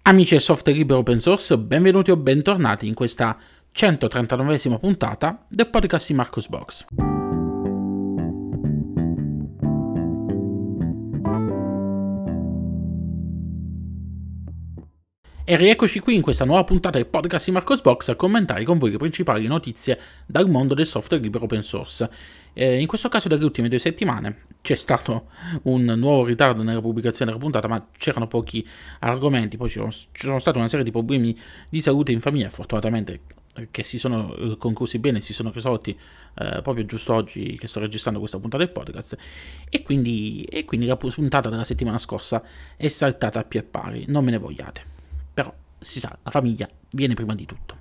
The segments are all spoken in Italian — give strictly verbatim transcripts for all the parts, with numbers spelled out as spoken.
Amici del software libero open source, benvenuti o bentornati in questa centotrentannovesima puntata del podcast di Marcusbox. E rieccoci qui in questa nuova puntata del podcast di Marcusbox a commentare con voi le principali notizie dal mondo del software libero open source. Eh, in questo caso, dalle ultime due settimane c'è stato un nuovo ritardo nella pubblicazione della puntata, ma c'erano pochi argomenti, poi ci sono, ci sono stati una serie di problemi di salute in famiglia, fortunatamente che si sono conclusi bene, si sono risolti eh, proprio giusto oggi che sto registrando questa puntata del podcast, e quindi, e quindi la puntata della settimana scorsa è saltata a pie pari, non me ne vogliate. Però, si sa, la famiglia viene prima di tutto.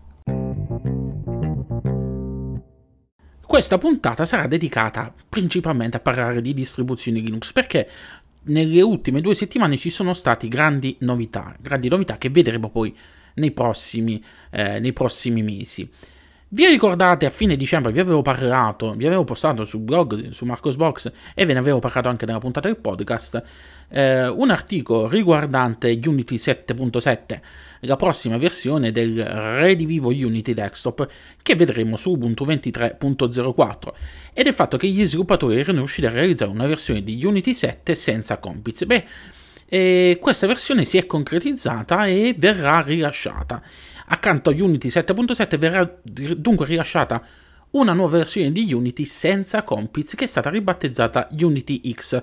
Questa puntata sarà dedicata principalmente a parlare di distribuzioni Linux, perché nelle ultime due settimane ci sono stati grandi novità, grandi novità che vedremo poi nei prossimi, eh, nei prossimi mesi. Vi ricordate, a fine dicembre vi avevo parlato, vi avevo postato sul blog, su Marcusbox, e ve ne avevo parlato anche nella puntata del podcast, eh, un articolo riguardante Unity sette punto sette, la prossima versione del redivivo Unity Desktop che vedremo su Ubuntu ventitré punto zero quattro, ed il fatto che gli sviluppatori erano riusciti a realizzare una versione di Unity sette senza compiz. Beh, e questa versione si è concretizzata e verrà rilasciata. Accanto a Unity sette punto sette verrà dunque rilasciata una nuova versione di Unity senza compiz che è stata ribattezzata Unity X.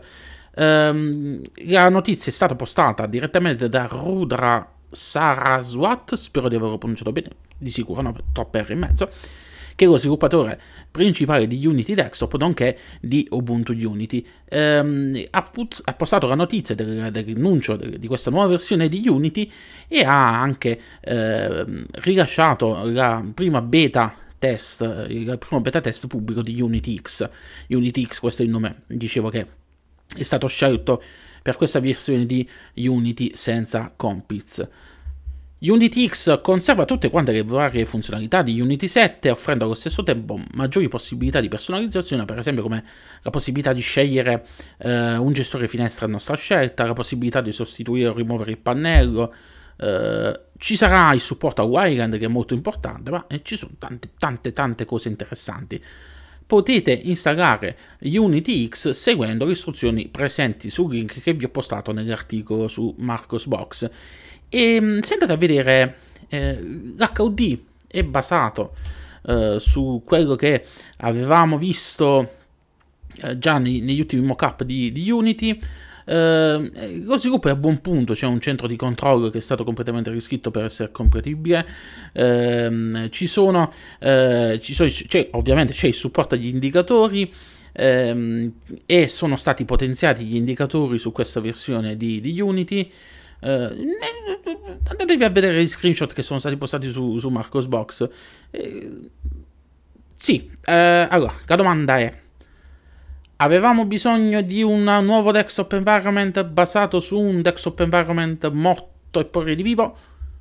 Um, la notizia è stata postata direttamente da Rudra Saraswat, spero di averlo pronunciato bene, di sicuro, no, troppe R in mezzo, che è lo sviluppatore principale di Unity Desktop, nonché di Ubuntu Unity. Ehm, ha, put- ha postato la notizia del, dell'annuncio de- di questa nuova versione di Unity e ha anche eh, rilasciato la prima beta test, il primo beta test pubblico di Unity X. Unity X, questo è il nome, dicevo, che è stato scelto per questa versione di Unity senza compiz. Unity X conserva tutte quante le varie funzionalità di Unity sette, offrendo allo stesso tempo maggiori possibilità di personalizzazione, per esempio come la possibilità di scegliere eh, un gestore finestra a nostra scelta, la possibilità di sostituire o rimuovere il pannello, eh, ci sarà il supporto a Wayland, che è molto importante, ma eh, ci sono tante tante tante cose interessanti. Potete installare Unity X seguendo le istruzioni presenti sul link che vi ho postato nell'articolo su Marcusbox. E se andate a vedere, eh, l'H U D è basato eh, su quello che avevamo visto eh, già nei, negli ultimi mock-up di, di Unity. Eh, lo sviluppo è a buon punto, c'è un centro di controllo che è stato completamente riscritto per essere compatibile. Eh, ci sono, eh, ci sono c'è, ovviamente c'è il supporto agli indicatori, eh, e sono stati potenziati gli indicatori su questa versione di, di Unity. Uh, andatevi a vedere gli screenshot che sono stati postati su, su Marcusbox. Uh, sì, uh, allora la domanda è: avevamo bisogno di un nuovo desktop environment basato su un desktop environment morto e poi redivivo?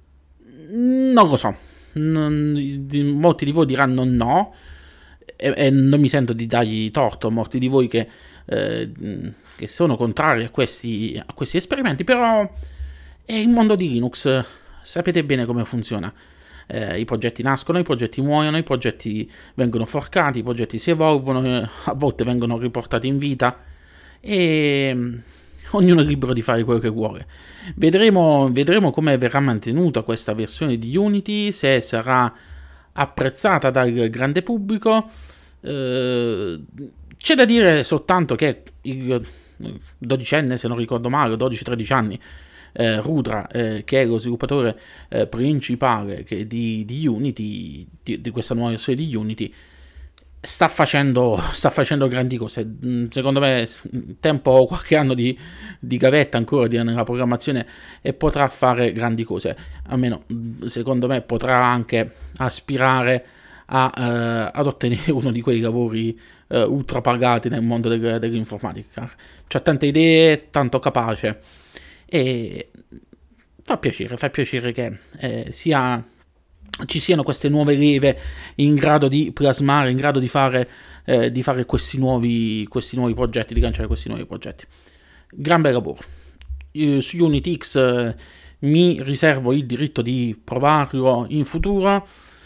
Non lo so. Non, di, molti di voi diranno no, e, e non mi sento di dargli torto. Molti di voi che, eh, che sono contrari a questi, a questi esperimenti, però è il mondo di Linux, sapete bene come funziona. Eh, I progetti nascono, i progetti muoiono, i progetti vengono forcati, i progetti si evolvono, eh, a volte vengono riportati in vita, e mm, ognuno è libero di fare quello che vuole. Vedremo, vedremo come verrà mantenuta questa versione di Unity, se sarà apprezzata dal grande pubblico. Eh, c'è da dire soltanto che il dodicenne, se non ricordo male, dodici tredici anni, Eh, Rudra, eh, che è lo sviluppatore eh, principale che di, di Unity, di, di questa nuova versione di Unity, sta facendo, sta facendo grandi cose. Secondo me tempo, qualche anno di, di gavetta ancora di, nella programmazione, e potrà fare grandi cose. Almeno secondo me potrà anche aspirare a, eh, ad ottenere uno di quei lavori eh, ultra pagati nel mondo del, dell'informatica. C'ha tante idee, tanto capace. E fa piacere, fa piacere che eh, sia, ci siano queste nuove leve in grado di plasmare, in grado di fare, eh, di fare questi nuovi, questi nuovi progetti, di lanciare questi nuovi progetti. Gran bel lavoro. Su Unity X mi riservo il diritto di provarlo in futuro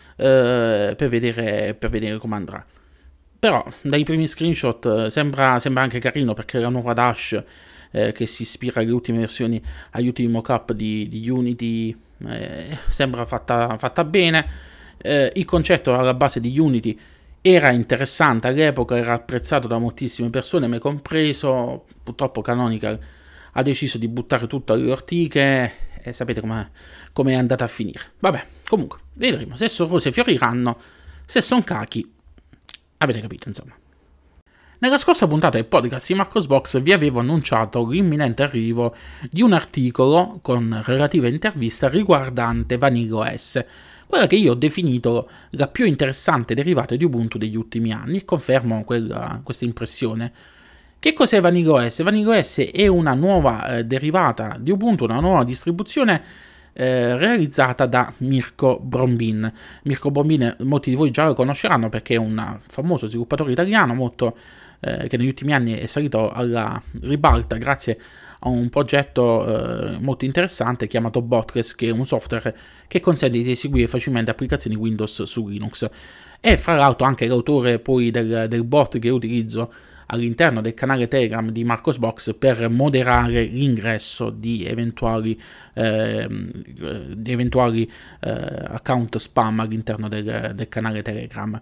eh, per vedere, per vedere come andrà. Però dai primi screenshot eh, sembra, sembra anche carino, perché la nuova Dash eh, che si ispira alle ultime versioni, agli ultimi mock-up di, di Unity, eh, sembra fatta, fatta bene. Eh, il concetto alla base di Unity era interessante all'epoca, era apprezzato da moltissime persone, me compreso. Purtroppo Canonical ha deciso di buttare tutto alle ortiche e sapete come è andata a finire. Vabbè, comunque, vedremo se sono rose fioriranno, se sono cachi, avete capito insomma. Nella scorsa puntata del podcast di Marcosbox vi avevo annunciato l'imminente arrivo di un articolo con relativa intervista riguardante VanillaOS, quella che io ho definito la più interessante derivata di Ubuntu degli ultimi anni, e confermo quella, questa impressione. Che cos'è VanillaOS? VanillaOS è una nuova eh, derivata di Ubuntu, una nuova distribuzione eh, realizzata da Mirko Brombin. Mirko Brombin molti di voi già lo conosceranno perché è un famoso sviluppatore italiano molto, eh, che negli ultimi anni è salito alla ribalta grazie a un progetto eh, molto interessante chiamato Botless, che è un software che consente di eseguire facilmente applicazioni Windows su Linux. E fra l'altro anche l'autore poi del, del bot che utilizzo all'interno del canale Telegram di Marcosbox per moderare l'ingresso di eventuali, eh, di eventuali eh, account spam all'interno del, del canale Telegram.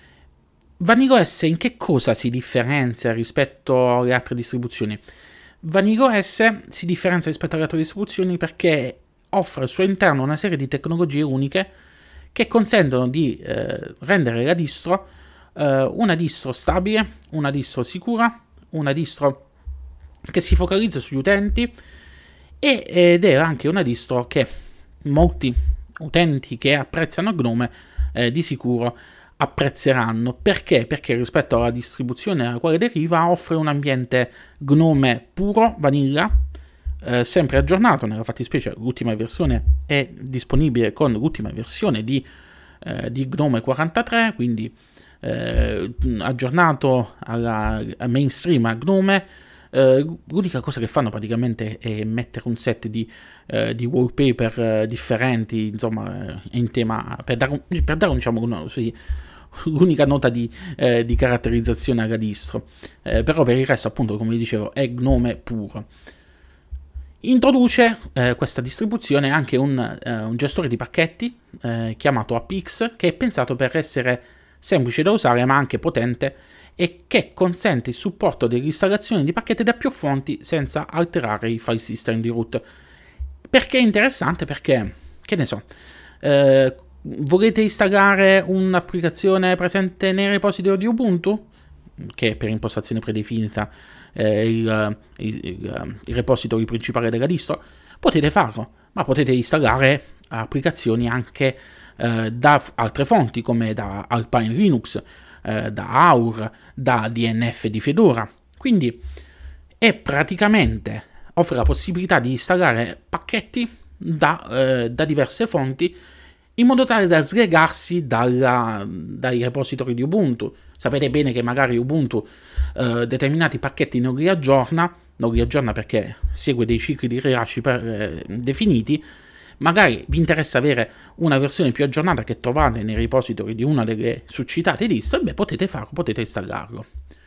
VanillaOS in che cosa si differenzia rispetto alle altre distribuzioni? VanillaOS si differenzia rispetto alle altre distribuzioni perché offre al suo interno una serie di tecnologie uniche che consentono di eh, rendere la distro eh, una distro stabile, una distro sicura, una distro che si focalizza sugli utenti e, ed è anche una distro che molti utenti che apprezzano Gnome eh, di sicuro apprezzeranno. Perché? Perché rispetto alla distribuzione dalla quale deriva offre un ambiente Gnome puro, vanilla, eh, sempre aggiornato. Nella fattispecie l'ultima versione è disponibile con l'ultima versione di, eh, di Gnome quarantatré, quindi eh, aggiornato alla, al mainstream a Gnome. Eh, l'unica cosa che fanno praticamente è mettere un set di, eh, di wallpaper eh, differenti, insomma, in tema per dare, un, per dare un, diciamo, una, sì, l'unica nota di, eh, di caratterizzazione alla distro, eh, però per il resto, appunto, come vi dicevo, è Gnome puro. Introduce eh, questa distribuzione anche un, eh, un gestore di pacchetti eh, chiamato Apix, che è pensato per essere semplice da usare ma anche potente, e che consente il supporto dell'installazione di pacchetti da più fonti senza alterare il file system di root. Perché è interessante? Perché, che ne so, eh, volete installare un'applicazione presente nei repository di Ubuntu, che per impostazione predefinita è il, il, il, il repository principale della distro, potete farlo, ma potete installare applicazioni anche eh, da altre fonti, come da Alpine Linux, eh, da Aur, da D N F di Fedora. Quindi è praticamente offre la possibilità di installare pacchetti da, eh, da diverse fonti, in modo tale da slegarsi dalla, dai repository di Ubuntu. Sapete bene che magari Ubuntu eh, determinati pacchetti non li aggiorna, non li aggiorna perché segue dei cicli di rilasci per, eh, definiti. Magari vi interessa avere una versione più aggiornata che trovate nei repository di una delle succitate distro, beh, potete farlo, potete installarlo.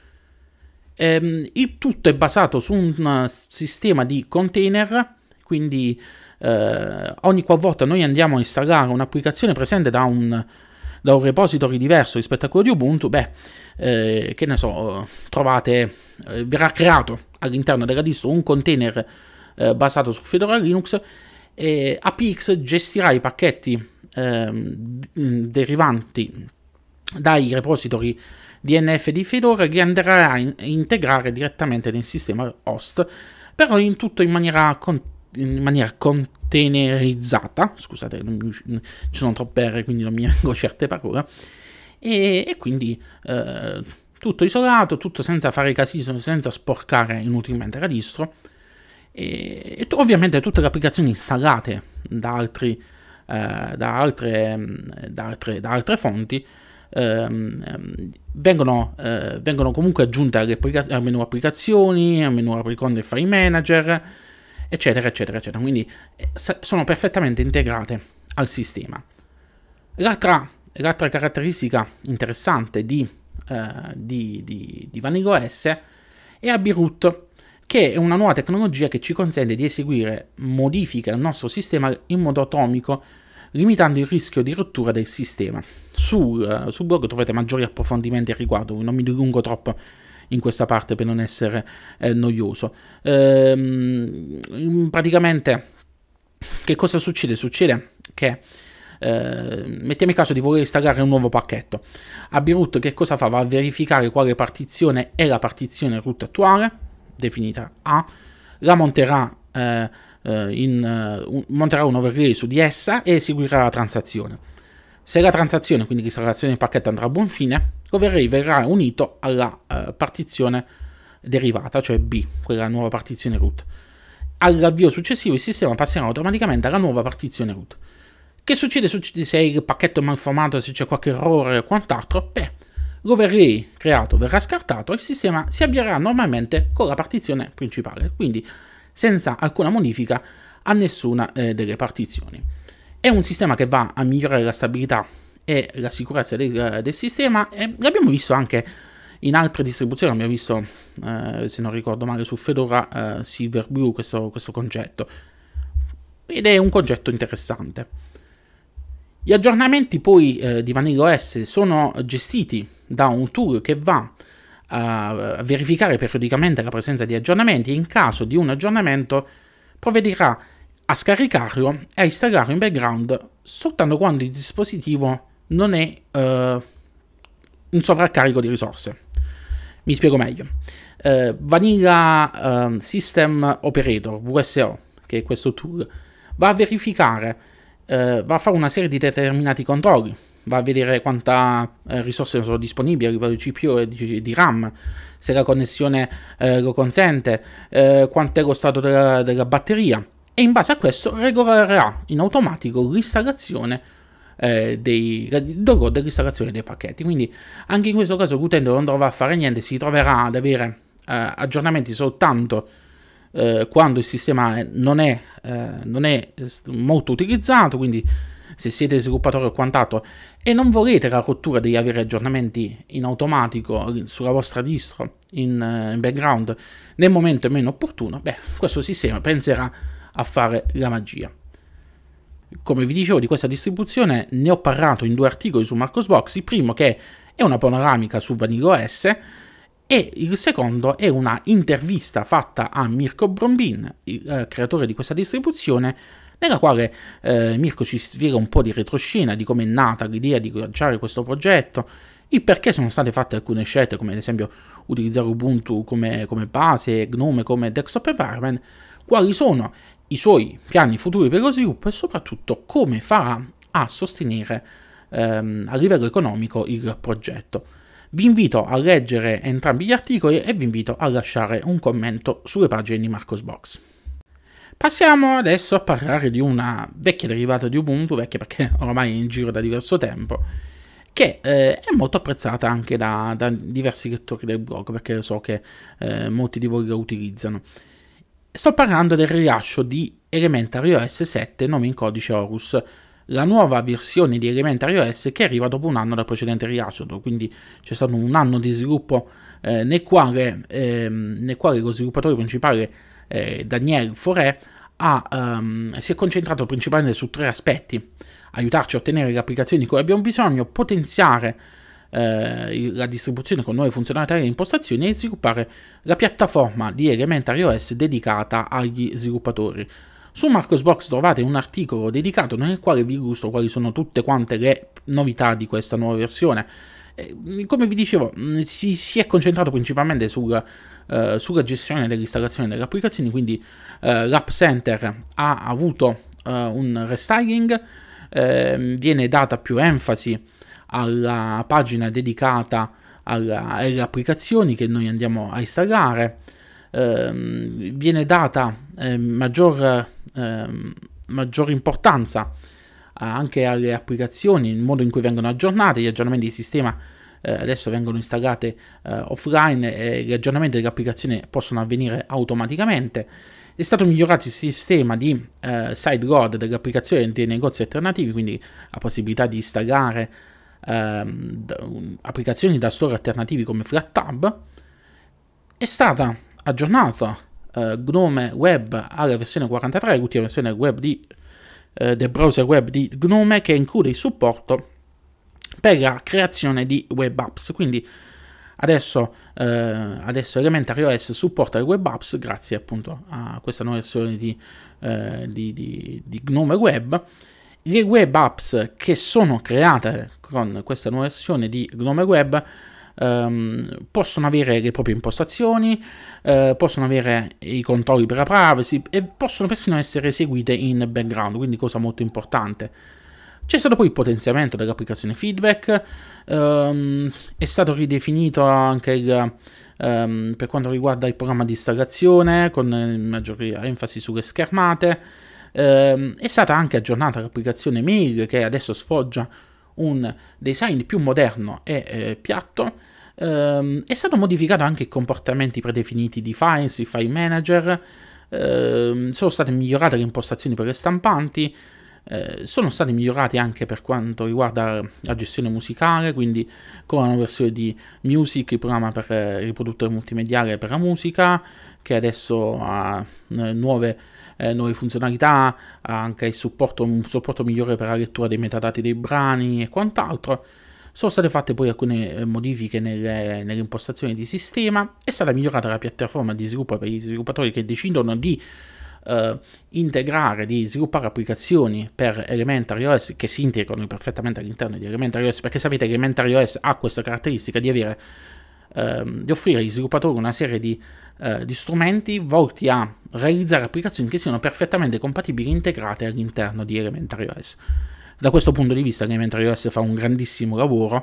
Ehm, il tutto è basato su un sistema di container, quindi eh, ogni qualvolta noi andiamo a installare un'applicazione presente da un, da un repository diverso rispetto a quello di Ubuntu, beh, eh, che ne so, trovate, eh, verrà creato all'interno della distro un container eh, basato su Fedora Linux, e Apix gestirà i pacchetti eh, derivanti dai repository D N F di Fedora, che andrà a integrare direttamente nel sistema host, però in tutto in maniera, con, in maniera containerizzata. Scusate, non mi, ci sono troppe R, quindi non mi vengo certe parole, e, e quindi eh, tutto isolato, tutto senza fare casino, senza sporcare inutilmente la distro, e, e ovviamente tutte le applicazioni installate da, altri, eh, da, altre, da, altre, da altre fonti Ehm, vengono, eh, vengono comunque aggiunte alle applica- al menu applicazioni, al menu con del file manager, eccetera, eccetera, eccetera. Quindi eh, sono perfettamente integrate al sistema. L'altra, l'altra caratteristica interessante di, eh, di, di, di VanillaOS è AbiRoot, che è una nuova tecnologia che ci consente di eseguire modifiche al nostro sistema in modo atomico, limitando il rischio di rottura del sistema. Sul, sul blog trovate maggiori approfondimenti al riguardo, non mi dilungo troppo in questa parte per non essere eh, noioso. Ehm, praticamente, che cosa succede? Succede che eh, mettiamo il caso di voler installare un nuovo pacchetto. AbiRoot che cosa fa? Va a verificare quale partizione è la partizione root attuale, definita A, la monterà eh, in, uh, monterà un overlay su di essa e eseguirà la transazione. Se la transazione, quindi l'installazione del pacchetto, andrà a buon fine, l'overlay verrà unito alla uh, partizione derivata, cioè B, quella nuova partizione root. All'avvio successivo il sistema passerà automaticamente alla nuova partizione root. Che succede, succede se il pacchetto è malformato, se c'è qualche errore o quant'altro? Beh, l'overlay creato verrà scartato e il sistema si avvierà normalmente con la partizione principale, quindi senza alcuna modifica a nessuna eh, delle partizioni. È un sistema che va a migliorare la stabilità e la sicurezza del, del sistema, e l'abbiamo visto anche in altre distribuzioni, abbiamo visto, eh, se non ricordo male, su Fedora eh, Silverblue questo, questo concetto, ed è un concetto interessante. Gli aggiornamenti poi eh, di VanillaOS sono gestiti da un tool che va a verificare periodicamente la presenza di aggiornamenti e in caso di un aggiornamento provvederà a scaricarlo e a installarlo in background soltanto quando il dispositivo non è uh, in sovraccarico di risorse. Mi spiego meglio. Uh, Vanilla uh, System Operator, V S O, che è questo tool, va a verificare, uh, va a fare una serie di determinati controlli, va a vedere quanta eh, risorse sono disponibili a livello di C P U e di, di RAM, se la connessione eh, lo consente, eh, quanto è lo stato della, della batteria, e in base a questo regolerà in automatico l'installazione eh, dei, dell'installazione dei pacchetti. Quindi anche in questo caso l'utente non dovrà fare niente, si troverà ad avere eh, aggiornamenti soltanto eh, quando il sistema non è, eh, non è molto utilizzato, quindi se siete sviluppatori o quant'altro e non volete la rottura di avere aggiornamenti in automatico sulla vostra distro in, uh, in background nel momento meno opportuno, beh, questo sistema penserà a fare la magia. Come vi dicevo, di questa distribuzione ne ho parlato in due articoli su Marcosbox, il primo che è una panoramica su VanillaOS e il secondo è una intervista fatta a Mirko Brombin, il uh, creatore di questa distribuzione, nella quale eh, Mirko ci spiega un po' di retroscena, di come è nata l'idea di lanciare questo progetto, il perché sono state fatte alcune scelte, come ad esempio utilizzare Ubuntu come, come base, Gnome come desktop environment, quali sono i suoi piani futuri per lo sviluppo e soprattutto come farà a sostenere ehm, a livello economico il progetto. Vi invito a leggere entrambi gli articoli e vi invito a lasciare un commento sulle pagine di Marcosbox. Passiamo adesso a parlare di una vecchia derivata di Ubuntu, vecchia perché ormai è in giro da diverso tempo, che eh, è molto apprezzata anche da, da diversi lettori del blog, perché so che eh, molti di voi la utilizzano. Sto parlando del rilascio di Elementary O S sette, nome in codice Horus, la nuova versione di Elementary O S che arriva dopo un anno dal precedente rilascio, quindi c'è stato un anno di sviluppo eh, nel, quale, eh, nel quale lo sviluppatore principale Eh, Daniel Foré ha, um, si è concentrato principalmente su tre aspetti: aiutarci a ottenere le applicazioni di cui abbiamo bisogno, potenziare eh, la distribuzione con nuove funzionalità e impostazioni e sviluppare la piattaforma di Elementary O S dedicata agli sviluppatori. Su Marcosbox trovate un articolo dedicato nel quale vi illustro quali sono tutte quante le novità di questa nuova versione. Eh, come vi dicevo, si, si è concentrato principalmente sul Uh, sulla gestione dell'installazione delle applicazioni, quindi uh, l'App Center ha avuto uh, un restyling, uh, viene data più enfasi alla pagina dedicata alla, alle applicazioni che noi andiamo a installare, uh, viene data uh, maggior, uh, maggior importanza anche alle applicazioni, il modo in cui vengono aggiornate, gli aggiornamenti di sistema Eh, adesso vengono installate eh, offline e gli aggiornamenti dell'applicazione possono avvenire automaticamente. È stato migliorato il sistema di eh, sideload delle applicazioni dei negozi alternativi, quindi la possibilità di installare ehm, d- applicazioni da store alternativi come FlatTab. È stata aggiornata eh, Gnome Web alla versione quarantatré, l'ultima versione web di, eh, del browser web di Gnome, che include il supporto per la creazione di web apps. Quindi adesso, eh, adesso Elementary O S supporta le web apps grazie appunto a questa nuova versione di, eh, di, di, di Gnome Web. Le web apps che sono create con questa nuova versione di Gnome Web ehm, possono avere le proprie impostazioni, eh, possono avere i controlli per la privacy e possono persino essere eseguite in background, quindi cosa molto importante. C'è stato poi il potenziamento dell'applicazione feedback, ehm, è stato ridefinito anche il, ehm, per quanto riguarda il programma di installazione, con maggiore enfasi sulle schermate. ehm, è stata anche aggiornata l'applicazione Mail, che adesso sfoggia un design più moderno e eh, piatto. ehm, è stato modificato anche i comportamenti predefiniti di Files, il File Manager, ehm, sono state migliorate le impostazioni per le stampanti. Eh, sono stati migliorati anche per quanto riguarda la gestione musicale, quindi con una versione di Music, il programma per eh, riproduttore multimediale per la musica, che adesso ha eh, nuove, eh, nuove funzionalità, ha anche il supporto, un supporto migliore per la lettura dei metadati dei brani e quant'altro. Sono state fatte poi alcune modifiche nelle, nelle impostazioni di sistema. È stata migliorata la piattaforma di sviluppo per gli sviluppatori che decidono di Uh, integrare, di sviluppare applicazioni per Elementary O S che si integrano perfettamente all'interno di Elementary O S, perché sapete che Elementary O S ha questa caratteristica di avere uh, di offrire agli sviluppatori una serie di, uh, di strumenti volti a realizzare applicazioni che siano perfettamente compatibili e integrate all'interno di Elementary O S. Da questo punto di vista Elementary O S fa un grandissimo lavoro,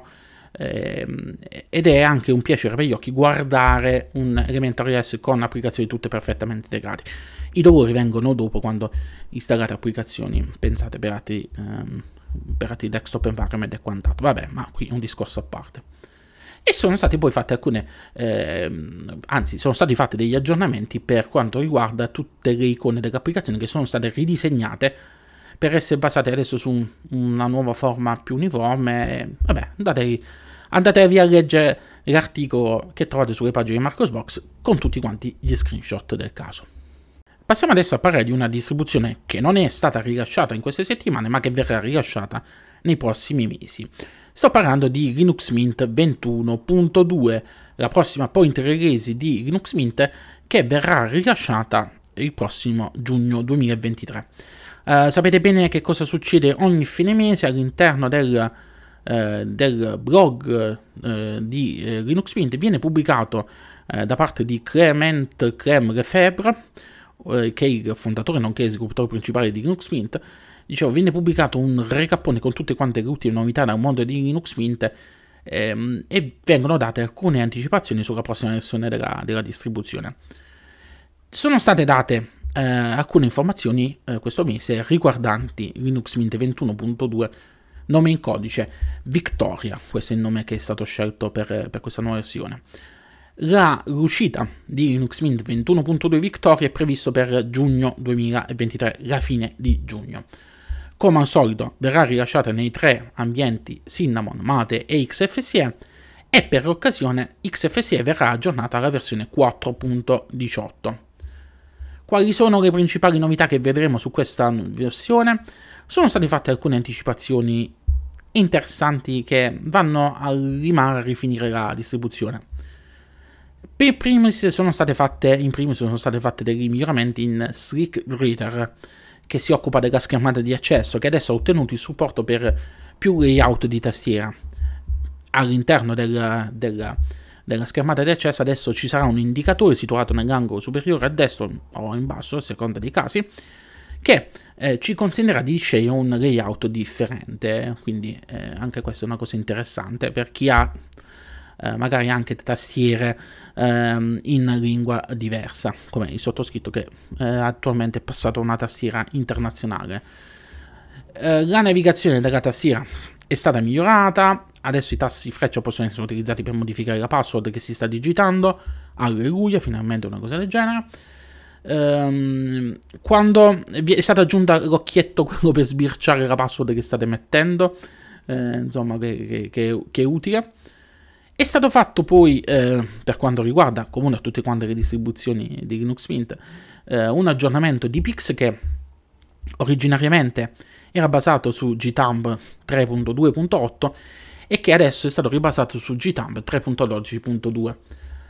ehm, ed è anche un piacere per gli occhi guardare un Elementary O S con applicazioni tutte perfettamente integrate. I dolori vengono dopo, quando installate applicazioni pensate per altri, um, per altri desktop environment e quant'altro. Vabbè, ma qui è un discorso a parte. E sono state poi fatte alcune, ehm, anzi, sono stati fatti degli aggiornamenti per quanto riguarda tutte le icone delle applicazioni, che sono state ridisegnate per essere basate adesso su un, una nuova forma più uniforme. Vabbè, andate, andatevi a leggere l'articolo che trovate sulle pagine di Marcosbox con tutti quanti gli screenshot del caso. Passiamo adesso a parlare di una distribuzione che non è stata rilasciata in queste settimane, ma che verrà rilasciata nei prossimi mesi. Sto parlando di Linux Mint ventuno punto due, la prossima point release di Linux Mint, che verrà rilasciata il prossimo giugno duemilaventitré. Uh, sapete bene che cosa succede ogni fine mese all'interno del, uh, del blog uh, di uh, Linux Mint. Viene pubblicato uh, da parte di Clement Clem Lefebvre, che è il fondatore nonché sviluppatore principale di Linux Mint. Dicevo, viene pubblicato un recappone con tutte quante le ultime novità dal mondo di Linux Mint, ehm, e vengono date alcune anticipazioni sulla prossima versione della, della distribuzione. Sono state date eh, alcune informazioni eh, questo mese riguardanti Linux Mint ventuno punto due, nome in codice Victoria. Questo è il nome che è stato scelto per, per questa nuova versione. La, l'uscita di Linux Mint ventuno punto due Victoria è previsto per giugno duemilaventitré, la fine di giugno. Come al solito verrà rilasciata nei tre ambienti Cinnamon, Mate e X F S E, e per l'occasione X F S E verrà aggiornata alla versione quattro punto diciotto. Quali sono le principali novità che vedremo su questa versione? Sono state fatte alcune anticipazioni interessanti che vanno a rimare a rifinire la distribuzione. Per primis sono state fatte, in primis sono state fatte dei miglioramenti in Slick Reader, che si occupa della schermata di accesso, che adesso ha ottenuto il supporto per più layout di tastiera. All'interno della, della, della schermata di accesso adesso ci sarà un indicatore situato nell'angolo superiore a destra o in basso, a seconda dei casi, che eh, ci consentirà di scegliere un layout differente. Quindi eh, anche questa è una cosa interessante per chi ha Uh, magari anche tastiere um, in lingua diversa, come il sottoscritto che uh, attualmente è passato a una tastiera internazionale. Uh, la navigazione della tastiera è stata migliorata, adesso i tasti freccia possono essere utilizzati per modificare la password che si sta digitando. Alleluia, finalmente una cosa del genere. ehm, quando è stata aggiunta l'occhietto, quello per sbirciare la password che state mettendo, eh, insomma, che, che, che, che è utile. È stato fatto poi, eh, per quanto riguarda comune a tutte quante le distribuzioni di Linux Mint, eh, un aggiornamento di Pix che originariamente era basato su G T A M B tre punto due punto otto e che adesso è stato ribasato su G T A M B tre punto dodici punto due.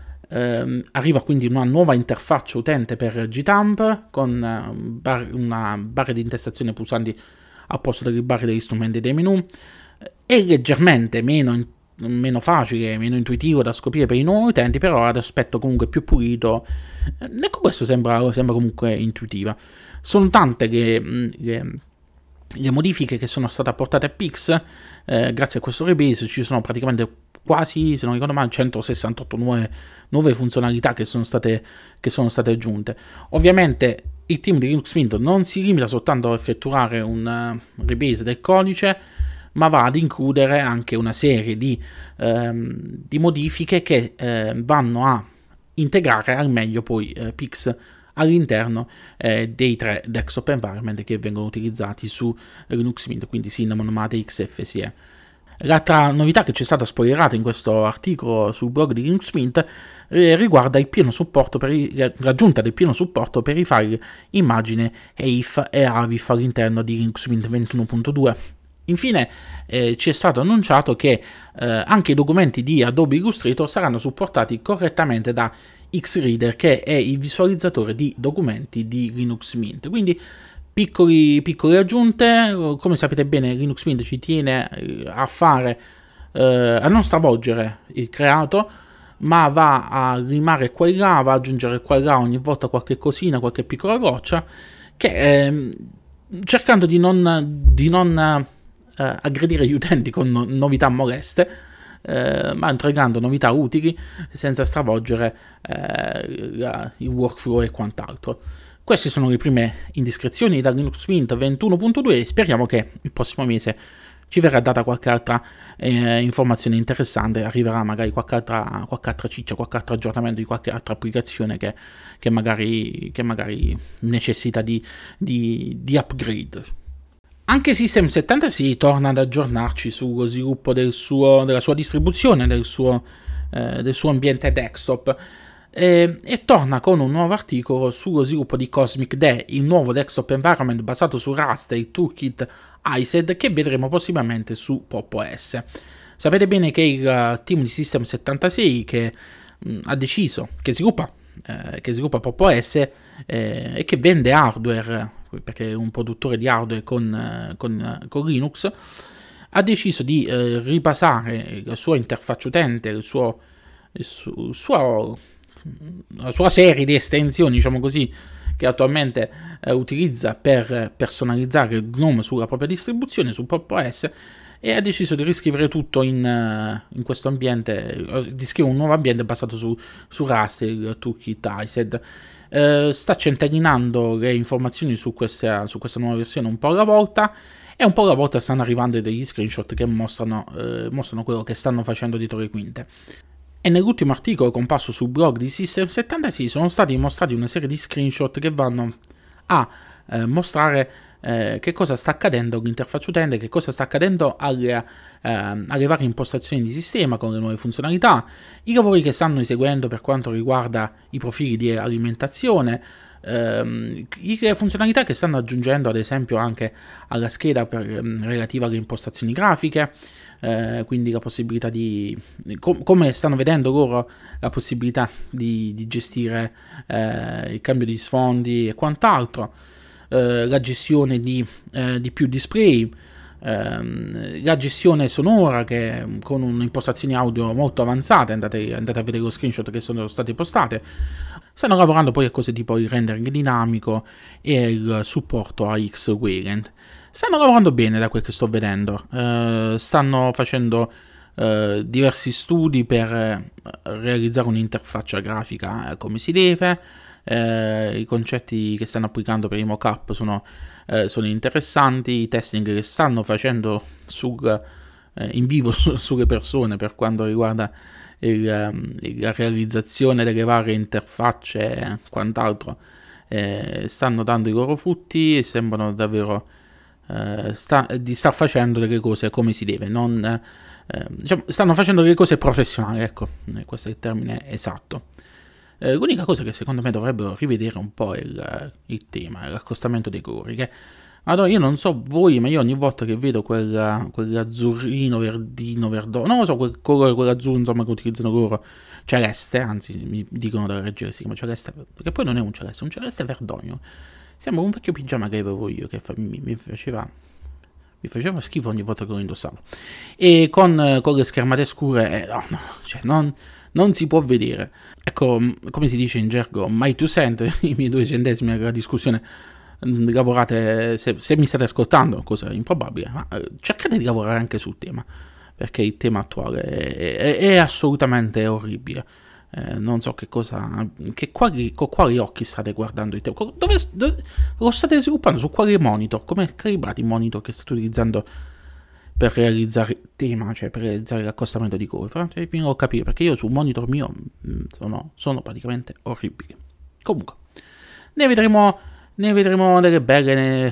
Eh, arriva quindi una nuova interfaccia utente per G T A M B con bar- una barra di intestazione pulsanti al posto delle barre degli strumenti dei menu. È leggermente meno in- meno facile, meno intuitivo da scoprire per i nuovi utenti, però ad aspetto comunque più pulito. Ecco, questo sembra, sembra comunque intuitiva. Sono tante le, le, le modifiche che sono state apportate a Pix, eh, grazie a questo rebase. Ci sono praticamente quasi, se non ricordo male, centosessantotto nuove, nuove funzionalità che sono, state, che sono state aggiunte. Ovviamente il team di Linux Mint non si limita soltanto a effettuare un uh, rebase del codice, ma va ad includere anche una serie di, ehm, di modifiche che eh, vanno a integrare al meglio poi eh, Pix all'interno eh, dei tre desktop environment che vengono utilizzati su Linux Mint, quindi Cinnamon, Mate, X F S E. L'altra novità che ci è stata spoilerata in questo articolo sul blog di Linux Mint eh, riguarda il pieno supporto per i, l'aggiunta del pieno supporto per i file immagine E I F e A V I F all'interno di Linux Mint ventuno punto due. Infine eh, ci è stato annunciato che eh, anche i documenti di Adobe Illustrator saranno supportati correttamente da Xreader, che è il visualizzatore di documenti di Linux Mint. Quindi piccoli, piccole aggiunte. Come sapete bene, Linux Mint ci tiene a fare, eh, a non stravolgere il creato, ma va a limare qua e là, va ad aggiungere qua e là ogni volta qualche cosina, qualche piccola goccia, che eh, cercando di non... Di non Uh, aggredire gli utenti con no- novità moleste, uh, ma entregando novità utili senza stravolgere uh, la- il workflow e quant'altro. Queste sono le prime indiscrezioni da Linux Mint ventuno punto due e speriamo che il prossimo mese ci verrà data qualche altra eh, informazione interessante, arriverà magari qualche altra, qualche altra ciccia, qualche altro aggiornamento di qualche altra applicazione che, che, magari, che magari necessita di, di, di upgrade. Anche System settantasei torna ad aggiornarci sullo sviluppo del suo, della sua distribuzione, del suo, eh, del suo ambiente desktop, e, e torna con un nuovo articolo sullo sviluppo di Cosmic D, il nuovo desktop environment basato su Rust e il toolkit I S E D che vedremo possibilmente su Pop! O S. Sapete bene che il team di System settantasei che mh, ha deciso, che sviluppa, eh, che sviluppa Pop! O S eh, e che vende hardware, perché è un produttore di hardware con, con, con Linux, ha deciso di eh, ribasare la sua interfaccia utente, il suo, il suo, il suo, la sua serie di estensioni, diciamo così, che attualmente eh, utilizza per personalizzare il GNOME sulla propria distribuzione, su Pop! O S, e ha deciso di riscrivere tutto in, in questo ambiente, di scrivere un nuovo ambiente basato su, su Rust, il toolkit I S E D. Uh, sta centellinando le informazioni su questa, su questa nuova versione un po' alla volta, e un po' alla volta stanno arrivando degli screenshot che mostrano, uh, mostrano quello che stanno facendo dietro le quinte. E nell'ultimo articolo comparso sul blog di System settantasei sono stati mostrati una serie di screenshot che vanno a uh, mostrare Uh, che cosa sta accadendo all'interfaccia utente, che cosa sta accadendo alle, uh, alle varie impostazioni di sistema con le nuove funzionalità, i lavori che stanno eseguendo per quanto riguarda i profili di alimentazione, uh, le funzionalità che stanno aggiungendo ad esempio anche alla scheda per, um, relativa alle impostazioni grafiche, uh, quindi la possibilità di, com- come stanno vedendo loro, la possibilità di, di gestire uh, il cambio di sfondi e quant'altro. Uh, la gestione di, uh, di più display, uh, la gestione sonora che con un'impostazione audio molto avanzate, andate, andate a vedere lo screenshot che sono state postate. Stanno lavorando poi a cose tipo il rendering dinamico e il supporto a X-Variant. Stanno lavorando bene da quel che sto vedendo, uh, stanno facendo uh, diversi studi per realizzare un'interfaccia grafica uh, come si deve. Eh, i concetti che stanno applicando per i mock-up sono, eh, sono interessanti, i testing che stanno facendo sul, eh, in vivo su, sulle persone per quanto riguarda il, um, la realizzazione delle varie interfacce e quant'altro eh, stanno dando i loro frutti e sembrano davvero eh, sta, di star facendo delle cose come si deve, non, eh, diciamo, stanno facendo delle cose professionali, ecco, eh, questo è il termine esatto. Eh, l'unica cosa che secondo me dovrebbero rivedere un po' è il, il tema, l'accostamento dei colori, che allora io non so voi, ma io ogni volta che vedo quel, quell'azzurrino, verdino, verdone, non lo so, quel colore, quell'azzurro insomma che utilizzano loro, celeste, anzi mi dicono dalla regia che si chiama celeste, perché poi non è un celeste, è un celeste verdogno. Sembra un vecchio pigiama che avevo io, che fa, mi, mi, faceva, mi faceva schifo ogni volta che lo indossavo. E con, con le schermate scure, eh, no, no, cioè non, non si può vedere. Ecco, come si dice in gergo, my two cent, i miei due centesimi alla discussione. Lavorate, se, se mi state ascoltando, cosa improbabile, ma eh, cercate di lavorare anche sul tema, perché il tema attuale è, è, è assolutamente orribile. Eh, non so che cosa, che quali, con quali occhi state guardando il tema, dove, dove lo state sviluppando, su quali monitor, come è calibrato il monitor che state utilizzando per realizzare il tema, cioè per realizzare l'accostamento di colori. Fatemi capire, perché io sul monitor mio sono, sono praticamente orribili. Comunque, ne vedremo Ne vedremo delle belle, ne,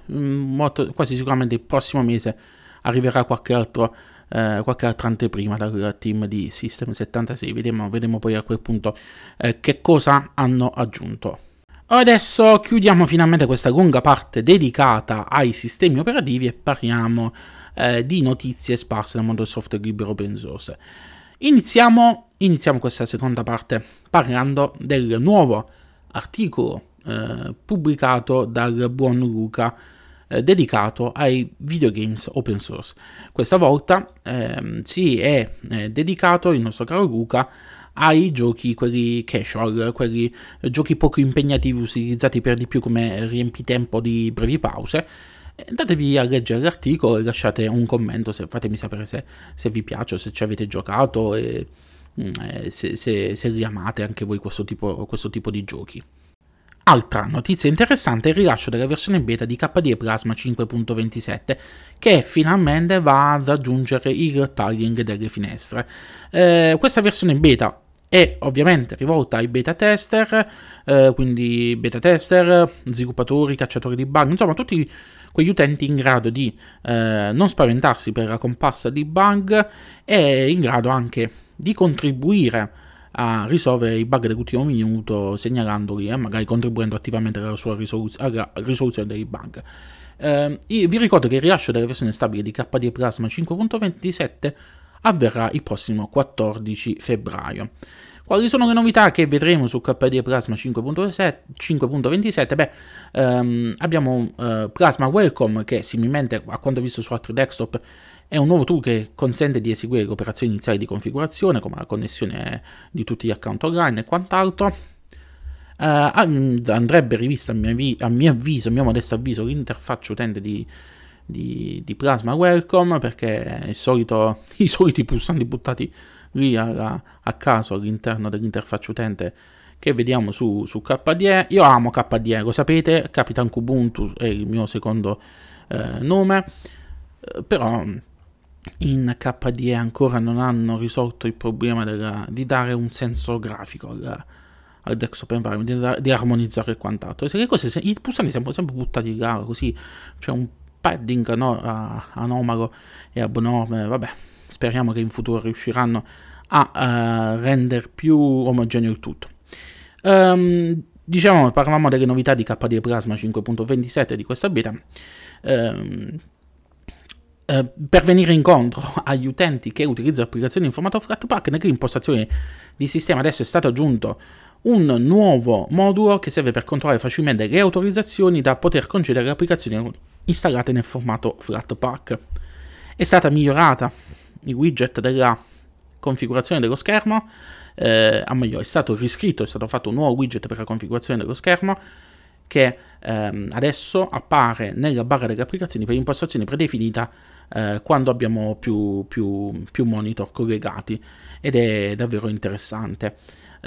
molto, quasi sicuramente il prossimo mese arriverà qualche altro, eh, qualche altra anteprima dal team di System settantasei, vedremo, vedremo poi a quel punto eh, che cosa hanno aggiunto. Adesso chiudiamo finalmente questa lunga parte dedicata ai sistemi operativi e parliamo eh, di notizie sparse nel mondo del software libero open source. Iniziamo, iniziamo questa seconda parte parlando del nuovo articolo Eh, pubblicato dal buon Luca eh, dedicato ai videogames open source. Questa volta eh, si è eh, dedicato il nostro caro Luca ai giochi, quelli casual, quelli eh, giochi poco impegnativi utilizzati per di più come riempitempo di brevi pause. Andatevi a leggere l'articolo e lasciate un commento, se, fatemi sapere se, se vi piace, se ci avete giocato e eh, se, se, se li amate anche voi questo tipo, questo tipo di giochi. Altra notizia interessante è il rilascio della versione beta di K D E Plasma cinque punto ventisette, che finalmente va ad aggiungere il tiling delle finestre. Eh, questa versione beta è ovviamente rivolta ai beta tester, eh, quindi beta tester, sviluppatori, cacciatori di bug, insomma tutti quegli utenti in grado di eh, non spaventarsi per la comparsa di bug e in grado anche di contribuire a risolvere i bug dell'ultimo minuto, segnalandoli e magari contribuendo attivamente alla sua risoluz- alla risoluzione dei bug. Eh, vi ricordo che il rilascio della versione stabile di K D E Plasma cinque punto ventisette avverrà il prossimo quattordici febbraio. Quali sono le novità che vedremo su K D E Plasma cinque punto ventisette? Beh, ehm, abbiamo eh, Plasma Welcome, che similmente a quanto visto su altri desktop è un nuovo tool che consente di eseguire le operazioni iniziali di configurazione, come la connessione di tutti gli account online e quant'altro. Uh, andrebbe rivista, a mio, avviso, a mio avviso, a mio modesto avviso, l'interfaccia utente di, di, di Plasma Welcome, perché il solito, i soliti pulsanti buttati lì a, a caso all'interno dell'interfaccia utente che vediamo su, su K D E. Io amo K D E, lo sapete, Capitan Kubuntu è il mio secondo eh, nome, eh, però in K D E ancora non hanno risolto il problema della, di dare un senso grafico al, al desktop environment, di, da, di armonizzare e quant'altro. Se le cose, se, i pulsanti sempre, sempre buttati là, così c'è un padding no, a, anomalo e abnorme. Vabbè, speriamo che in futuro riusciranno a uh, rendere più omogeneo il tutto. Um, diciamo, parlavamo delle novità di K D E Plasma cinque punto ventisette di questa beta. Um, Uh, per venire incontro agli utenti che utilizzano applicazioni in formato Flatpak, nelle impostazioni di sistema adesso è stato aggiunto un nuovo modulo che serve per controllare facilmente le autorizzazioni da poter concedere alle applicazioni installate nel formato Flatpak. È stata migliorata il widget della configurazione dello schermo, eh, a meglio è stato riscritto, è stato fatto un nuovo widget per la configurazione dello schermo che ehm, adesso appare nella barra delle applicazioni per impostazione predefinita eh, quando abbiamo più, più, più monitor collegati, ed è davvero interessante.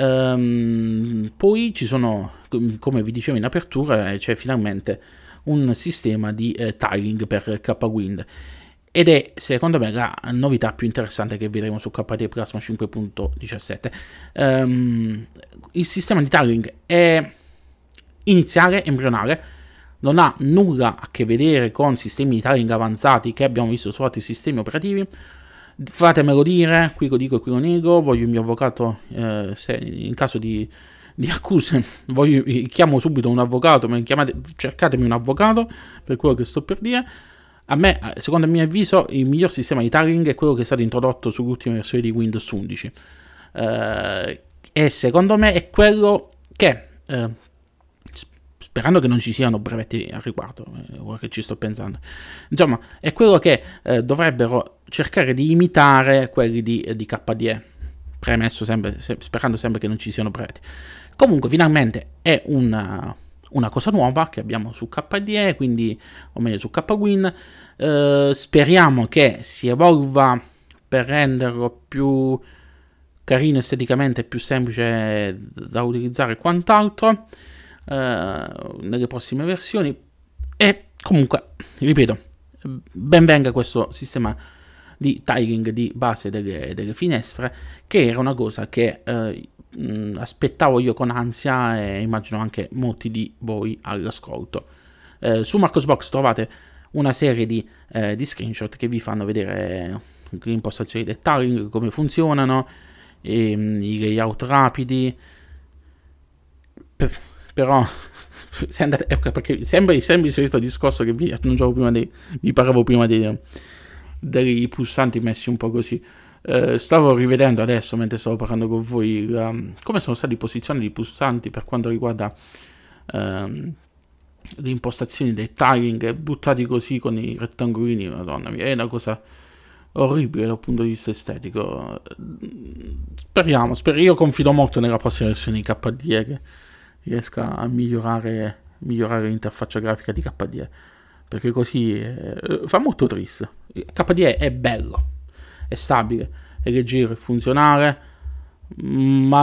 Ehm, poi ci sono, come vi dicevo in apertura, c'è finalmente un sistema di eh, tiling per K-Wind, ed è secondo me la novità più interessante che vedremo su K D E Plasma cinque punto diciassette. Ehm, il sistema di tiling è iniziale, embrionale, non ha nulla a che vedere con sistemi di tiling avanzati che abbiamo visto su altri sistemi operativi. Fatemelo dire, qui lo dico e qui lo nego, voglio il mio avvocato, eh, se in caso di, di accuse, voglio, chiamo subito un avvocato, ma chiamate, cercatemi un avvocato per quello che sto per dire. A me, secondo il mio avviso, il miglior sistema di tiling è quello che è stato introdotto sull'ultima versione di Windows undici. Eh, e secondo me è quello che, eh, sperando che non ci siano brevetti al riguardo, eh, ora che ci sto pensando, insomma, è quello che eh, dovrebbero cercare di imitare quelli di, di K D E, premesso sempre, se, sperando sempre che non ci siano brevetti. Comunque, finalmente è una... una cosa nuova che abbiamo su K D E, quindi, o meglio su Kwin. Eh, speriamo che si evolva per renderlo più carino esteticamente, più semplice da utilizzare e quant'altro eh, nelle prossime versioni. E comunque, ripeto, ben venga questo sistema di tiling di base delle, delle finestre, che era una cosa che eh, mh, aspettavo io con ansia, e immagino anche molti di voi all'ascolto. Eh, su Marcosbox trovate una serie di, eh, di screenshot che vi fanno vedere le impostazioni del tiling, come funzionano, e, mh, i layout rapidi, per, però se andate, ecco, perché sembra, sembra il solito discorso che vi annunciavo prima, dei, vi parlavo prima dei, dei pulsanti messi un po' così. Uh, stavo rivedendo adesso, mentre stavo parlando con voi, um, come sono stati posizionati i pulsanti per quanto riguarda um, le impostazioni dei tiling, buttati così con i rettangolini. Madonna mia, è una cosa orribile dal punto di vista estetico. Speriamo, speriamo, io confido molto nella prossima versione di K D E che riesca a migliorare, migliorare l'interfaccia grafica di K D E, perché così eh, fa molto triste. K D E è bello, è stabile, è leggero, è funzionale, ma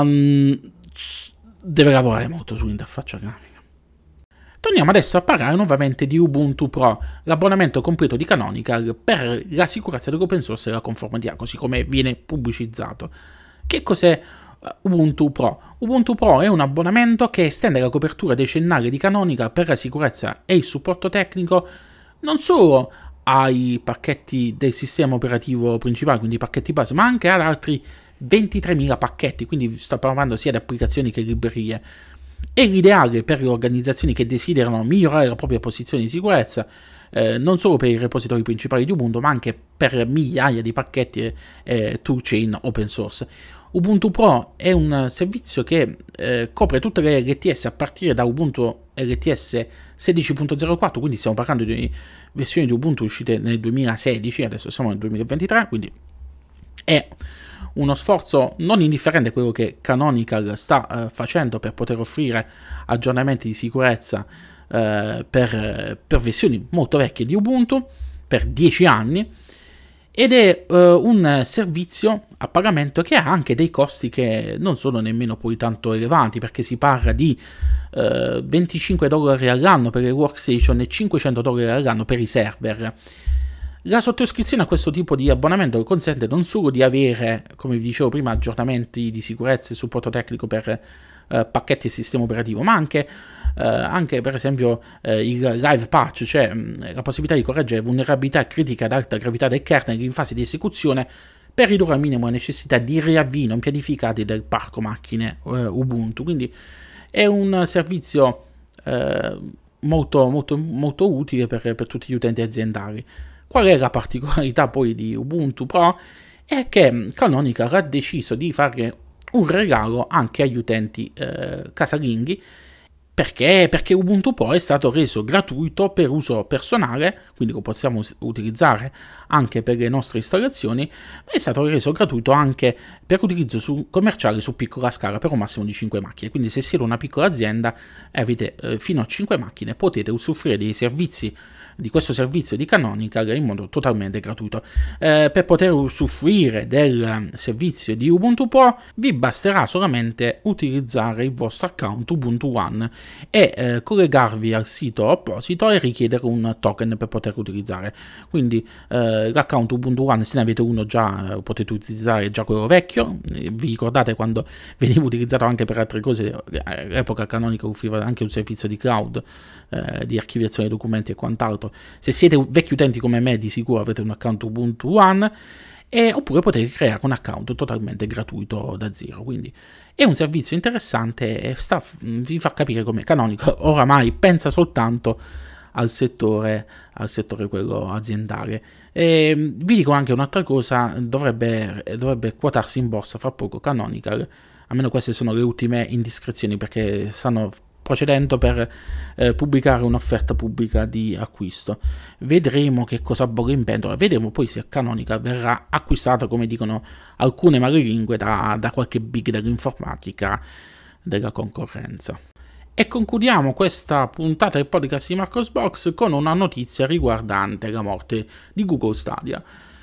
deve lavorare molto sull'interfaccia grafica. Torniamo adesso a parlare nuovamente di Ubuntu Pro, l'abbonamento completo di Canonical per la sicurezza dell'open source e la conformità, così come viene pubblicizzato. Che cos'è Ubuntu Pro? Ubuntu Pro è un abbonamento che estende la copertura decennale di Canonical per la sicurezza e il supporto tecnico non solo ai pacchetti del sistema operativo principale, quindi i pacchetti base, ma anche ad altri ventitremila pacchetti, quindi sto parlando sia di applicazioni che librerie. È l'ideale per le organizzazioni che desiderano migliorare la propria posizione di sicurezza, eh, non solo per i repositori principali di Ubuntu, ma anche per migliaia di pacchetti e eh, toolchain open source. Ubuntu Pro è un servizio che eh, copre tutte le L T S a partire da Ubuntu L T S sedici punto zero quattro, quindi stiamo parlando di versioni di Ubuntu uscite nel duemilasedici, adesso siamo nel duemilaventitré, quindi è uno sforzo non indifferente quello che Canonical sta uh, facendo per poter offrire aggiornamenti di sicurezza uh, per, per versioni molto vecchie di Ubuntu, per dieci anni, ed è uh, un servizio a pagamento che ha anche dei costi che non sono nemmeno poi tanto elevati, perché si parla di uh, venticinque dollari all'anno per le workstation e cinquecento dollari all'anno per i server. La sottoscrizione a questo tipo di abbonamento consente non solo di avere, come vi dicevo prima, aggiornamenti di sicurezza e supporto tecnico per eh, pacchetti e sistema operativo, ma anche, eh, anche per esempio eh, il live patch, cioè mh, la possibilità di correggere vulnerabilità critiche ad alta gravità del kernel in fase di esecuzione per ridurre al minimo la necessità di riavvii non pianificati del parco macchine eh, Ubuntu. Quindi è un servizio eh, molto, molto, molto utile per, per tutti gli utenti aziendali. Qual è la particolarità poi di Ubuntu Pro? È che Canonical ha deciso di fare un regalo anche agli utenti eh, casalinghi. Perché? Perché Ubuntu Pro è stato reso gratuito per uso personale, quindi lo possiamo utilizzare anche per le nostre installazioni, ma è stato reso gratuito anche per utilizzo su, commerciale su piccola scala per un massimo di cinque macchine. Quindi se siete una piccola azienda e avete eh, fino a cinque macchine, potete usufruire dei servizi di questo servizio di Canonical in modo totalmente gratuito. Eh, per poter usufruire del servizio di Ubuntu Pro vi basterà solamente utilizzare il vostro account Ubuntu One e eh, collegarvi al sito apposito e richiedere un token per poter utilizzare. Quindi eh, l'account Ubuntu One, se ne avete uno già, potete utilizzare già quello vecchio. Vi ricordate quando veniva utilizzato anche per altre cose? All'epoca Canonical offriva anche un servizio di cloud, eh, di archiviazione dei documenti e quant'altro. Se siete vecchi utenti come me, di sicuro avrete un account Ubuntu One, e, oppure potete creare un account totalmente gratuito da zero. Quindi è un servizio interessante e sta, vi fa capire come Canonical oramai pensa soltanto al settore, al settore quello aziendale. E vi dico anche un'altra cosa: dovrebbe, dovrebbe quotarsi in borsa fra poco Canonical, almeno queste sono le ultime indiscrezioni, perché stanno procedendo per eh, pubblicare un'offerta pubblica di acquisto. Vedremo che cosa bolle in pentola, vedremo poi se Canonical verrà acquistata, come dicono alcune malelingue, da, da qualche big dell'informatica della concorrenza. E concludiamo questa puntata del podcast di Marcosbox con una notizia riguardante la morte di Google Stadia.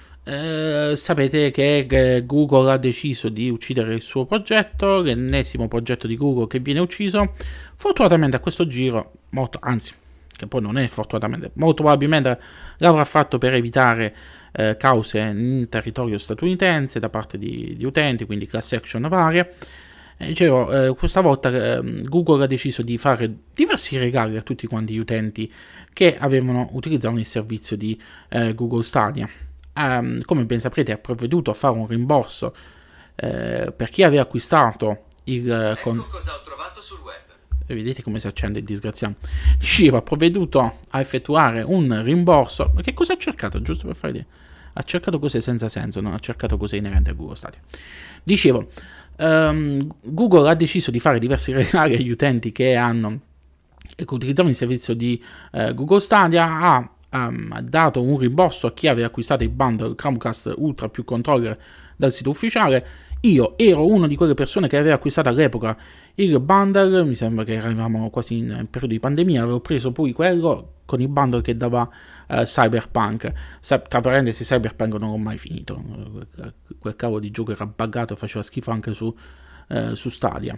Eh, sapete che, che Google ha deciso di uccidere il suo progetto, l'ennesimo progetto di Google che viene ucciso. Fortunatamente a questo giro, molto, anzi, che poi non è fortunatamente, molto probabilmente l'avrà fatto per evitare eh, cause in territorio statunitense da parte di, di utenti, quindi class action varie. Eh, dicevo, eh, questa volta eh, Google ha deciso di fare diversi regali a tutti quanti gli utenti che avevano utilizzato il servizio di eh, Google Stadia. Um, come ben saprete, ha provveduto a fare un rimborso eh, per chi aveva acquistato il ecco con... cosa ho trovato sul web. E vedete come si accende il disgraziato. Dicevo, ha provveduto a effettuare un rimborso. Ma che cosa ha cercato? Giusto per fare idea. Ha cercato cose senza senso, non ha cercato cose inerenti a Google Stadia. Dicevo, um, Google ha deciso di fare diversi regali agli utenti che hanno che utilizzavano il servizio di uh, Google Stadia. Ha Um, dato un rimborso a chi aveva acquistato il bundle Chromecast Ultra più controller dal sito ufficiale. Io ero una di quelle persone che aveva acquistato all'epoca il bundle, mi sembra che eravamo quasi in, in periodo di pandemia, avevo preso poi quello con il bundle che dava uh, Cyberpunk. Sa- tra parentesi, Cyberpunk non l'ho mai finito, quel cavolo di gioco era buggato e faceva schifo anche su, uh, su Stadia.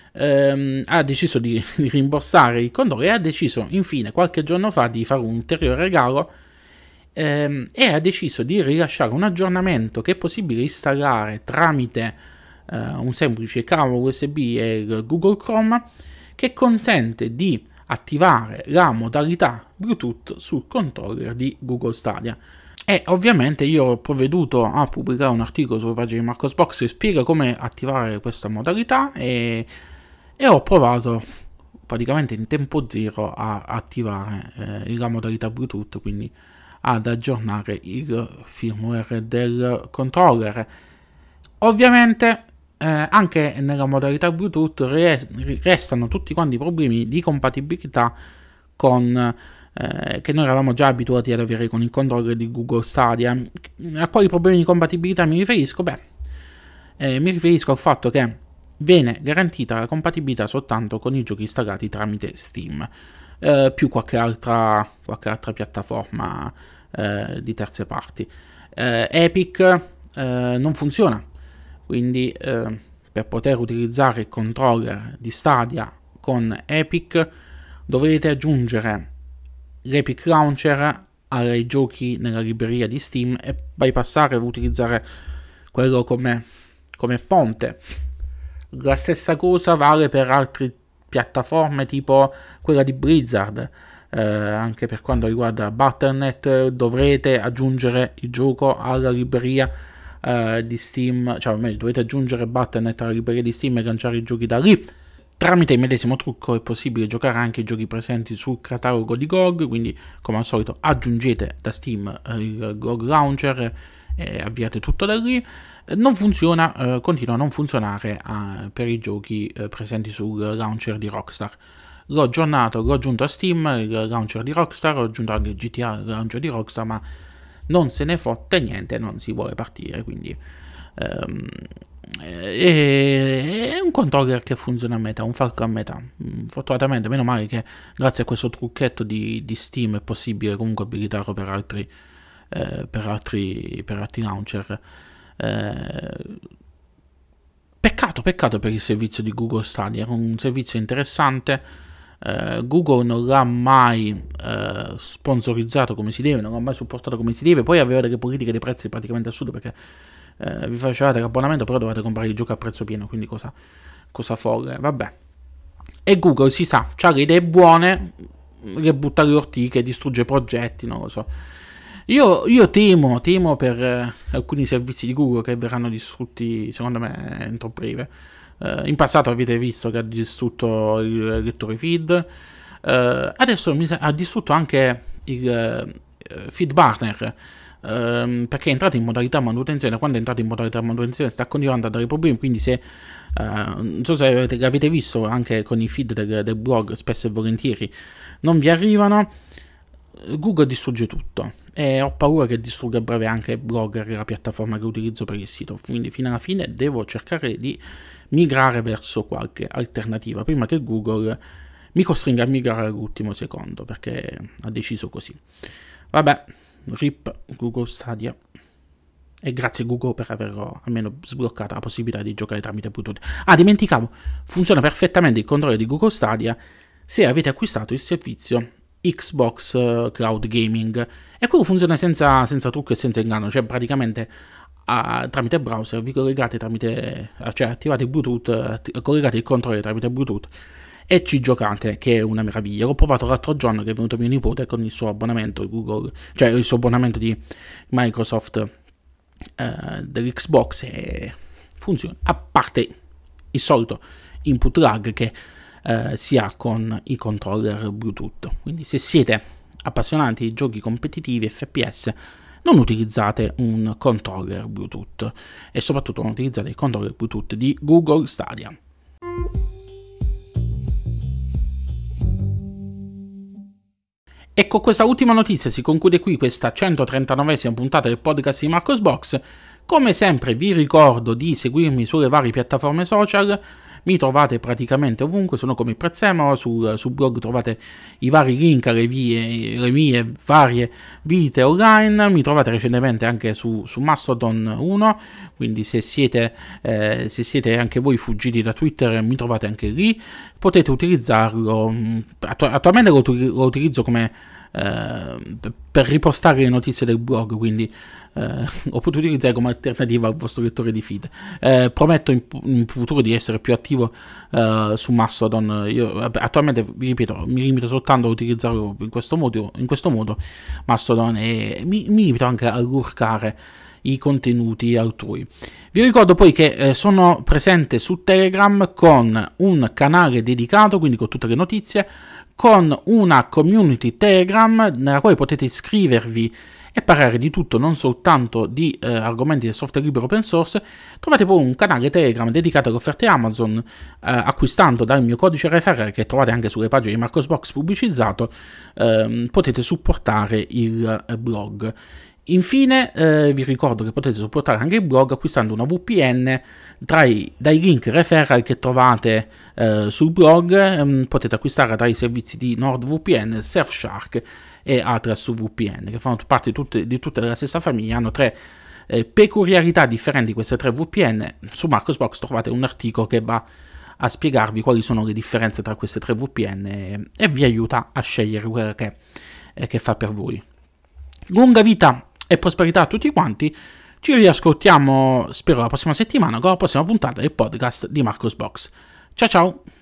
Um, ha deciso di, di rimborsare il condotto e ha deciso infine qualche giorno fa di fare un ulteriore regalo um, e ha deciso di rilasciare un aggiornamento che è possibile installare tramite uh, un semplice cavo U S B e Google Chrome, che consente di attivare la modalità Bluetooth sul controller di Google Stadia. E ovviamente io ho provveduto a pubblicare un articolo sulla pagina di Marcosbox che spiega come attivare questa modalità e E ho provato praticamente in tempo zero a attivare eh, la modalità Bluetooth, quindi ad aggiornare il firmware del controller. Ovviamente eh, anche nella modalità Bluetooth re- restano tutti quanti i problemi di compatibilità con eh, che noi eravamo già abituati ad avere con il controller di Google Stadia. A quali problemi di compatibilità mi riferisco? Beh, eh, mi riferisco al fatto che viene garantita la compatibilità soltanto con i giochi installati tramite Steam, eh, più qualche altra, qualche altra piattaforma eh, di terze parti. Eh, Epic eh, non funziona, quindi eh, per poter utilizzare il controller di Stadia con Epic dovete aggiungere l'Epic Launcher ai giochi nella libreria di Steam e bypassare e utilizzare quello come, come ponte. La stessa cosa vale per altre piattaforme tipo quella di Blizzard, eh, anche per quanto riguarda Battle punto net dovrete aggiungere il gioco alla libreria eh, di Steam, cioè meglio, dovete aggiungere Battle punto net alla libreria di Steam e lanciare i giochi da lì. Tramite il medesimo trucco è possibile giocare anche i giochi presenti sul catalogo di G O G, quindi come al solito aggiungete da Steam eh, il G O G Launcher e avviate tutto da lì. Non funziona, eh, continua a non funzionare eh, per i giochi eh, presenti sul launcher di Rockstar. L'ho aggiornato, l'ho aggiunto a Steam, il launcher di Rockstar, l'ho aggiunto anche il G T A, il launcher di Rockstar, ma non se ne fotte niente, non si vuole partire, quindi ehm, è un controller che funziona a metà, un falco a metà. Fortunatamente, meno male che grazie a questo trucchetto di, di Steam è possibile comunque abilitarlo per altri, eh, per altri, per altri launcher. Eh, peccato, peccato per il servizio di Google Stadia, era un servizio interessante, Uh, Google non l'ha mai uh, sponsorizzato come si deve, non l'ha mai supportato come si deve, poi aveva delle politiche dei prezzi praticamente assurde, perché uh, vi facevate l'abbonamento però dovete comprare i giochi a prezzo pieno, quindi cosa, cosa folle, vabbè. E Google si sa, ha le idee buone, che butta le ortiche, distrugge progetti, non lo so. Io, io temo, temo per eh, alcuni servizi di Google che verranno distrutti, secondo me, entro breve. Uh, in passato avete visto che ha distrutto il lettore feed, uh, adesso mi sa- ha distrutto anche il uh, feed burner, uh, perché è entrato in modalità manutenzione. Quando è entrato in modalità manutenzione sta continuando a dare problemi, quindi se uh, non so se avete, l'avete visto anche con i feed del, del blog, spesso e volentieri non vi arrivano, Google distrugge tutto e ho paura che distrugga a breve anche Blogger, la piattaforma che utilizzo per il sito, quindi fino alla fine devo cercare di migrare verso qualche alternativa prima che Google mi costringa a migrare all'ultimo secondo, perché ha deciso così. Vabbè, rip Google Stadia, e grazie Google per averlo almeno sbloccato la possibilità di giocare tramite Bluetooth. Ah, dimenticavo, funziona perfettamente il controllo di Google Stadia se avete acquistato il servizio Xbox Cloud Gaming, e quello funziona senza, senza trucco e senza inganno, cioè praticamente a, tramite browser vi collegate tramite, cioè attivate il Bluetooth, collegate il controller tramite Bluetooth e ci giocate, che è una meraviglia. L'ho provato l'altro giorno che è venuto mio nipote con il suo abbonamento Google, cioè il suo abbonamento di Microsoft eh, dell'Xbox, e funziona, a parte il solito input lag che eh, si ha con i controller Bluetooth. Quindi se siete appassionati di giochi competitivi F P S, non utilizzate un controller Bluetooth, e soprattutto non utilizzate il controller Bluetooth di Google Stadia. E con questa ultima notizia si conclude qui questa centotrentannovesima puntata del podcast di Marcosbox. Come sempre vi ricordo di seguirmi sulle varie piattaforme social. Mi trovate praticamente ovunque, sono come il Prezzemolo, sul, sul blog trovate i vari link alle, vie, alle mie varie vite online, mi trovate recentemente anche su, su Mastodon uno, quindi se siete, eh, se siete anche voi fuggiti da Twitter mi trovate anche lì, potete utilizzarlo, attu- attualmente lo, lo utilizzo come eh, per ripostare le notizie del blog, quindi Uh, o potete utilizzare come alternativa al vostro lettore di feed. Uh, prometto in, in futuro di essere più attivo uh, su Mastodon. Io attualmente, vi ripeto, mi limito soltanto a utilizzarlo in questo modo, in questo modo Mastodon, e mi, mi limito anche a lurkare i contenuti altrui. Vi ricordo poi che eh, sono presente su Telegram con un canale dedicato, quindi con tutte le notizie, con una community Telegram nella quale potete iscrivervi e parlare di tutto, non soltanto di eh, argomenti del software libero open source. Trovate poi un canale Telegram dedicato alle offerte Amazon, eh, acquistando dal mio codice referral, che trovate anche sulle pagine di Marcosbox pubblicizzato, eh, potete supportare il eh, blog. Infine eh, vi ricordo che potete supportare anche il blog acquistando una V P N tra i, dai link referral che trovate eh, sul blog. Ehm, potete acquistare dai servizi di NordVPN, Surfshark e Atlas V P N, che fanno parte di tutte, di tutte della stessa famiglia. Hanno tre eh, peculiarità differenti queste tre V P N. Su Marcosbox trovate un articolo che va a spiegarvi quali sono le differenze tra queste tre V P N e, e vi aiuta a scegliere quella che, eh, che fa per voi. Lunga vita e prosperità a tutti quanti. Ci riascoltiamo, spero, la prossima settimana con la prossima puntata del podcast di Marcosbox. Ciao ciao!